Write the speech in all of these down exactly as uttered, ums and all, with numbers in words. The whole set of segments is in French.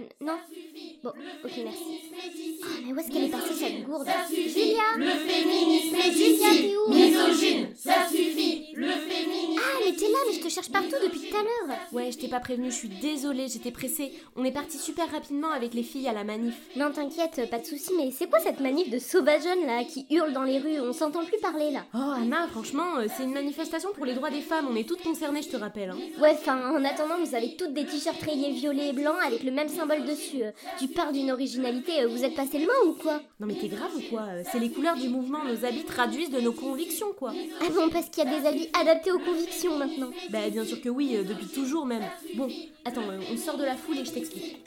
non. Bon, ok, merci. Ah, mais où est-ce qu'elle est passée cette gourde? Julia! Le féminisme Julia, t'es où? misogyne, ça suffit. Le féminisme. Ah, mais t'es là, mais je te cherche partout depuis tout à l'heure. Ouais, je t'ai pas prévenu, je suis désolée, j'étais pressée. On est parti super rapidement avec les filles à la manif. Non, t'inquiète, pas de soucis, mais c'est quoi cette manif de sauvageonnes là qui hurle dans les rues? On s'entend plus parler là. Oh Anna, franchement, euh, c'est une manifestation pour les droits des femmes, on est toutes concernées, je te rappelle. Hein. Ouais, enfin, en attendant, vous avez toutes des t-shirts rayés violets et blancs avec le même symbole dessus. Euh, tu parles d'une originalité, euh, vous êtes passé le main ou quoi? Non mais t'es grave ou quoi? Euh, C'est les couleurs du mouvement, nos habits traduisent de nos convictions quoi. Ah bon, parce qu'il y a des habits adaptés aux convictions maintenant. Bah bien sûr que oui, euh, depuis toujours même. Bon, attends, euh, on sort de la foule et je t'explique.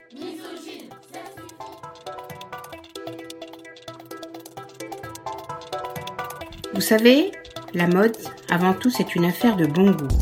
Vous savez, la mode, avant tout, c'est une affaire de bon goût.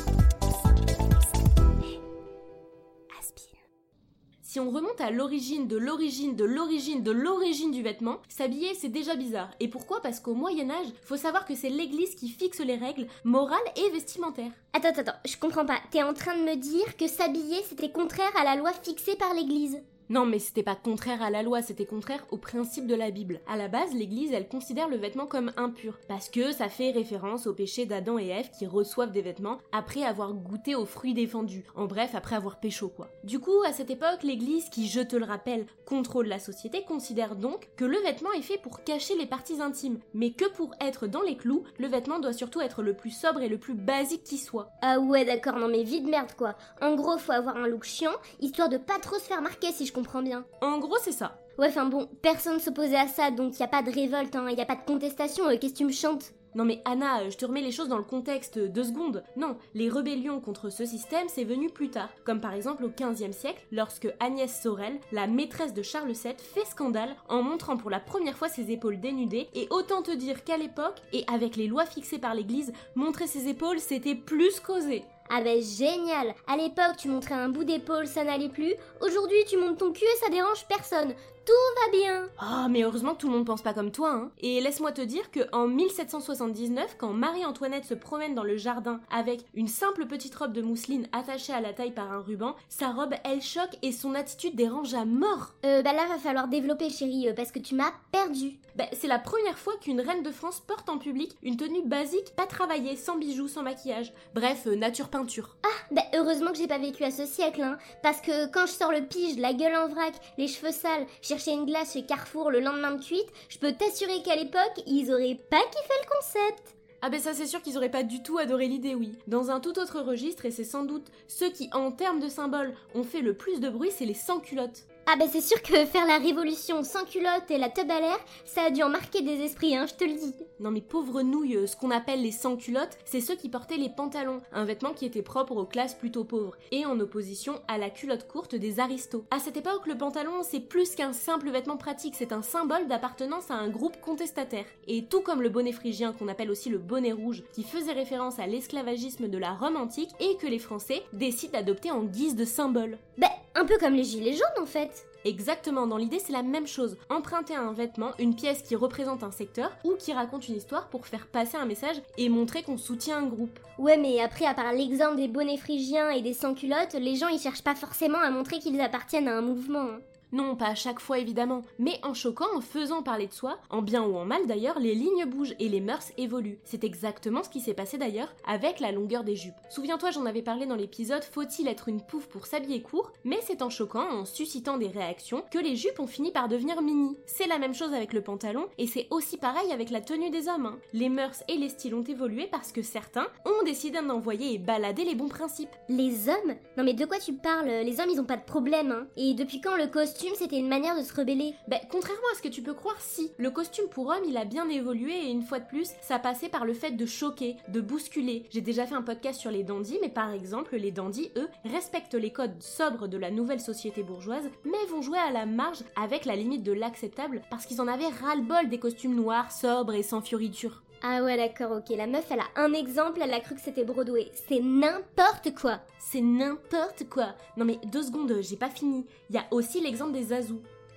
Si on remonte à l'origine de l'origine de l'origine de l'origine du vêtement, s'habiller c'est déjà bizarre. Et pourquoi? Parce qu'au Moyen-Âge, faut savoir que c'est l'église qui fixe les règles morales et vestimentaires. Attends, attends, attends, je comprends pas. T'es en train de me dire que s'habiller c'était contraire à la loi fixée par l'église? Non mais c'était pas contraire à la loi, c'était contraire au principe de la Bible. À la base, l'église elle considère le vêtement comme impur, parce que ça fait référence au péché d'Adam et Ève qui reçoivent des vêtements après avoir goûté aux fruits défendus, en bref après avoir pécho quoi. Du coup, à cette époque, l'église, qui je te le rappelle, contrôle la société, considère donc que le vêtement est fait pour cacher les parties intimes, mais que pour être dans les clous, le vêtement doit surtout être le plus sobre et le plus basique qui soit. Ah ouais, d'accord, non mais vide merde quoi. En gros, faut avoir un look chiant, histoire de pas trop se faire marquer si je comprends bien. En gros c'est ça. Ouais, enfin bon, personne s'opposait à ça, donc y a pas de révolte, hein, y a pas de contestation, euh, qu'est-ce que tu me chantes? Non mais Anna, je te remets les choses dans le contexte, deux secondes. Non, les rébellions contre ce système, c'est venu plus tard, comme par exemple au quinzième siècle, lorsque Agnès Sorel, la maîtresse de Charles sept, fait scandale en montrant pour la première fois ses épaules dénudées, et autant te dire qu'à l'époque, et avec les lois fixées par l'église, montrer ses épaules, c'était plus qu'osé. Ah bah génial! À l'époque, tu montrais un bout d'épaule, ça n'allait plus. Aujourd'hui, tu montes ton cul et ça dérange personne. Tout va bien! Oh, mais heureusement que tout le monde pense pas comme toi, hein. Et laisse-moi te dire que en mille sept cent soixante-dix-neuf, quand Marie-Antoinette se promène dans le jardin avec une simple petite robe de mousseline attachée à la taille par un ruban, sa robe, elle choque et son attitude dérange à mort. Euh, bah là, va falloir développer, chérie, euh, parce que tu m'as perdu. Bah, c'est la première fois qu'une reine de France porte en public une tenue basique, pas travaillée, sans bijoux, sans maquillage. Bref, euh, nature peinture. Ah, bah heureusement que j'ai pas vécu à ce siècle, hein, parce que quand je sors le pige, la gueule en vrac, les cheveux sales, chercher une glace chez Carrefour le lendemain de cuite, je peux t'assurer qu'à l'époque, ils auraient pas kiffé le concept. Ah ben ça c'est sûr qu'ils auraient pas du tout adoré l'idée, oui. Dans un tout autre registre, et c'est sans doute ceux qui, en termes de symboles, ont fait le plus de bruit, c'est les sans-culottes. Ah bah c'est sûr que faire la révolution sans culotte et la teub à l'air, ça a dû en marquer des esprits, hein, je te le dis. Non mais pauvres nouilles, ce qu'on appelle les sans-culottes, c'est ceux qui portaient les pantalons, un vêtement qui était propre aux classes plutôt pauvres, et en opposition à la culotte courte des aristos. À cette époque, le pantalon, c'est plus qu'un simple vêtement pratique, c'est un symbole d'appartenance à un groupe contestataire. Et tout comme le bonnet phrygien, qu'on appelle aussi le bonnet rouge, qui faisait référence à l'esclavagisme de la Rome antique, et que les Français décident d'adopter en guise de symbole. Bah, un peu comme les gilets jaunes en fait. Exactement, dans l'idée c'est la même chose, emprunter à un vêtement une pièce qui représente un secteur ou qui raconte une histoire pour faire passer un message et montrer qu'on soutient un groupe. Ouais, mais après, à part l'exemple des bonnets phrygiens et des sans-culottes, les gens ils cherchent pas forcément à montrer qu'ils appartiennent à un mouvement. Hein. Non, pas à chaque fois évidemment, mais en choquant, en faisant parler de soi, en bien ou en mal d'ailleurs, les lignes bougent et les mœurs évoluent. C'est exactement ce qui s'est passé d'ailleurs avec la longueur des jupes. Souviens-toi, j'en avais parlé dans l'épisode Faut-il être une pouffe pour s'habiller court, mais c'est en choquant, en suscitant des réactions, que les jupes ont fini par devenir mini. C'est la même chose avec le pantalon, et c'est aussi pareil avec la tenue des hommes. Hein. Les mœurs et les styles ont évolué parce que certains ont décidé d'envoyer et balader les bons principes. Les hommes? Non mais de quoi tu parles? Les hommes ils ont pas de problème, hein. Et depuis quand le costume c'était une manière de se rebeller? Ben, contrairement à ce que tu peux croire, si. Le costume pour homme, il a bien évolué et une fois de plus, ça passait par le fait de choquer, de bousculer. J'ai déjà fait un podcast sur les dandys, mais par exemple, les dandys, eux, respectent les codes sobres de la nouvelle société bourgeoise, mais vont jouer à la marge avec la limite de l'acceptable parce qu'ils en avaient ras-le-bol des costumes noirs, sobres et sans fioritures. Ah ouais d'accord, ok, la meuf elle a un exemple, elle a cru que c'était Broadway. C'est n'importe quoi. C'est n'importe quoi. Non mais deux secondes, j'ai pas fini. Il y a aussi l'exemple des azous.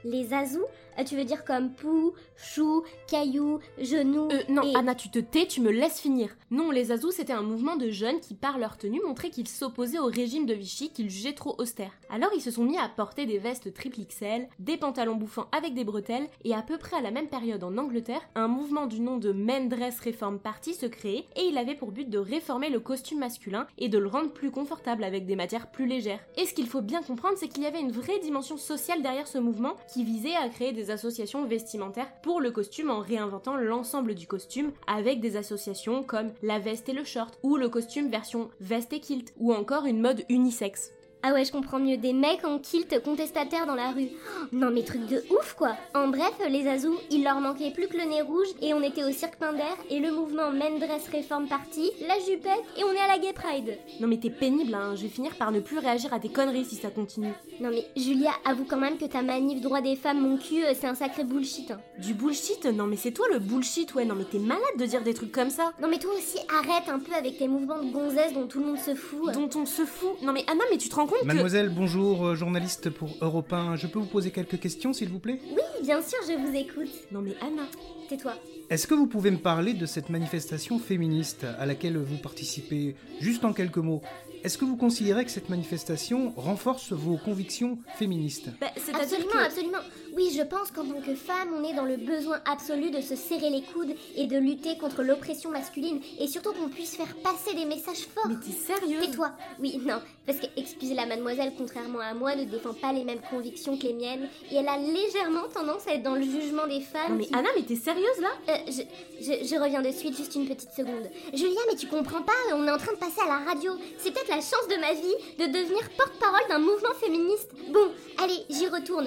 Les azous? euh, Tu veux dire comme pou, chou, caillou, genou Euh, non, et... Anna, tu te tais, tu me laisses finir. Non, les Azous, c'était un mouvement de jeunes qui, par leur tenue, montraient qu'ils s'opposaient au régime de Vichy qu'ils jugeaient trop austère. Alors ils se sont mis à porter des vestes triple X L, des pantalons bouffants avec des bretelles, et à peu près à la même période en Angleterre, un mouvement du nom de Men Dress Reform Party se créait, et il avait pour but de réformer le costume masculin et de le rendre plus confortable avec des matières plus légères. Et ce qu'il faut bien comprendre, c'est qu'il y avait une vraie dimension sociale derrière ce mouvement qui visait à créer des associations vestimentaires pour le costume en réinventant l'ensemble du costume avec des associations comme la veste et le short, ou le costume version veste et kilt, ou encore une mode unisexe. Ah ouais, je comprends mieux, des mecs en kilt contestataires dans la rue. Oh, non mais truc de ouf quoi. En bref, les Azous, il leur manquait plus que le nez rouge et on était au Cirque Pinder et le mouvement Men Dress Reform Party, la jupette et on est à la Gay Pride. Non mais t'es pénible hein, je vais finir par ne plus réagir à tes conneries si ça continue. Non mais Julia, avoue quand même que ta manif droit des femmes, mon cul, euh, c'est un sacré bullshit. Hein. Du bullshit? Non mais c'est toi le bullshit, ouais, non mais t'es malade de dire des trucs comme ça. Non mais toi aussi, arrête un peu avec tes mouvements de gonzesse dont tout le monde se fout. Dont on se fout. Non mais Anna, mais tu te rends compte que... Mademoiselle, bonjour, euh, journaliste pour Europe un. Je peux vous poser quelques questions, s'il vous plaît? Oui, bien sûr, je vous écoute. Non mais Anna... Tais-toi. Est-ce que vous pouvez me parler de cette manifestation féministe à laquelle vous participez, juste en quelques mots? Est-ce que vous considérez que cette manifestation renforce vos convictions féministes? Bah, c'est-à-dire Absolument, que... absolument. Oui, je pense qu'en tant que femme, on est dans le besoin absolu de se serrer les coudes et de lutter contre l'oppression masculine. Et surtout qu'on puisse faire passer des messages forts. Mais t'es sérieuse? Tais-toi. Oui, non, parce que, excusez la mademoiselle, contrairement à moi, ne défend pas les mêmes convictions que les miennes. Et elle a légèrement tendance à être dans le jugement des femmes. Non mais qui... Anna, mais t'es sérieuse là? Euh, je, je, je reviens de suite, juste une petite seconde. Julia, mais tu comprends pas, on est en train de passer à la radio. C'est peut-être la chance de ma vie de devenir porte-parole d'un mouvement féministe. Bon, allez, j'y retourne.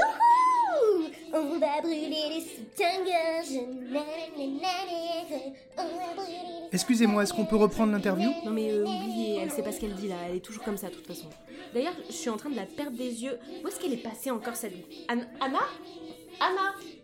Youhou! On va brûler les soutiens-gorge. Excusez-moi, est-ce qu'on peut reprendre l'interview? Non mais euh, oubliez, elle sait pas ce qu'elle dit là, elle est toujours comme ça de toute façon. D'ailleurs, je suis en train de la perdre des yeux. Où est-ce qu'elle est passée encore cette... Anna Anna Anna